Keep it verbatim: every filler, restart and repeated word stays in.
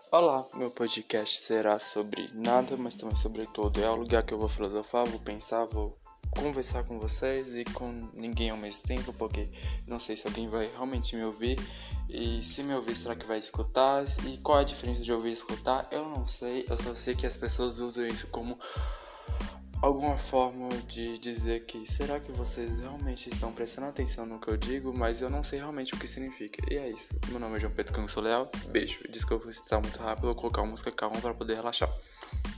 Olá, meu podcast será sobre nada, mas também sobre tudo. É o lugar que eu vou filosofar, vou pensar, vou conversar com vocês e com ninguém ao mesmo tempo, porque não sei se alguém vai realmente me ouvir. E se me ouvir, será que vai escutar? E qual é a diferença de ouvir e escutar? Eu não sei, eu só sei que as pessoas usam isso como alguma forma de dizer que será que vocês realmente estão prestando atenção no que eu digo, mas eu não sei realmente o que significa. E é isso. Meu nome é João Pedro Cango, sou leal. Beijo. Desculpa se está muito rápido, eu vou colocar uma música calma para poder relaxar.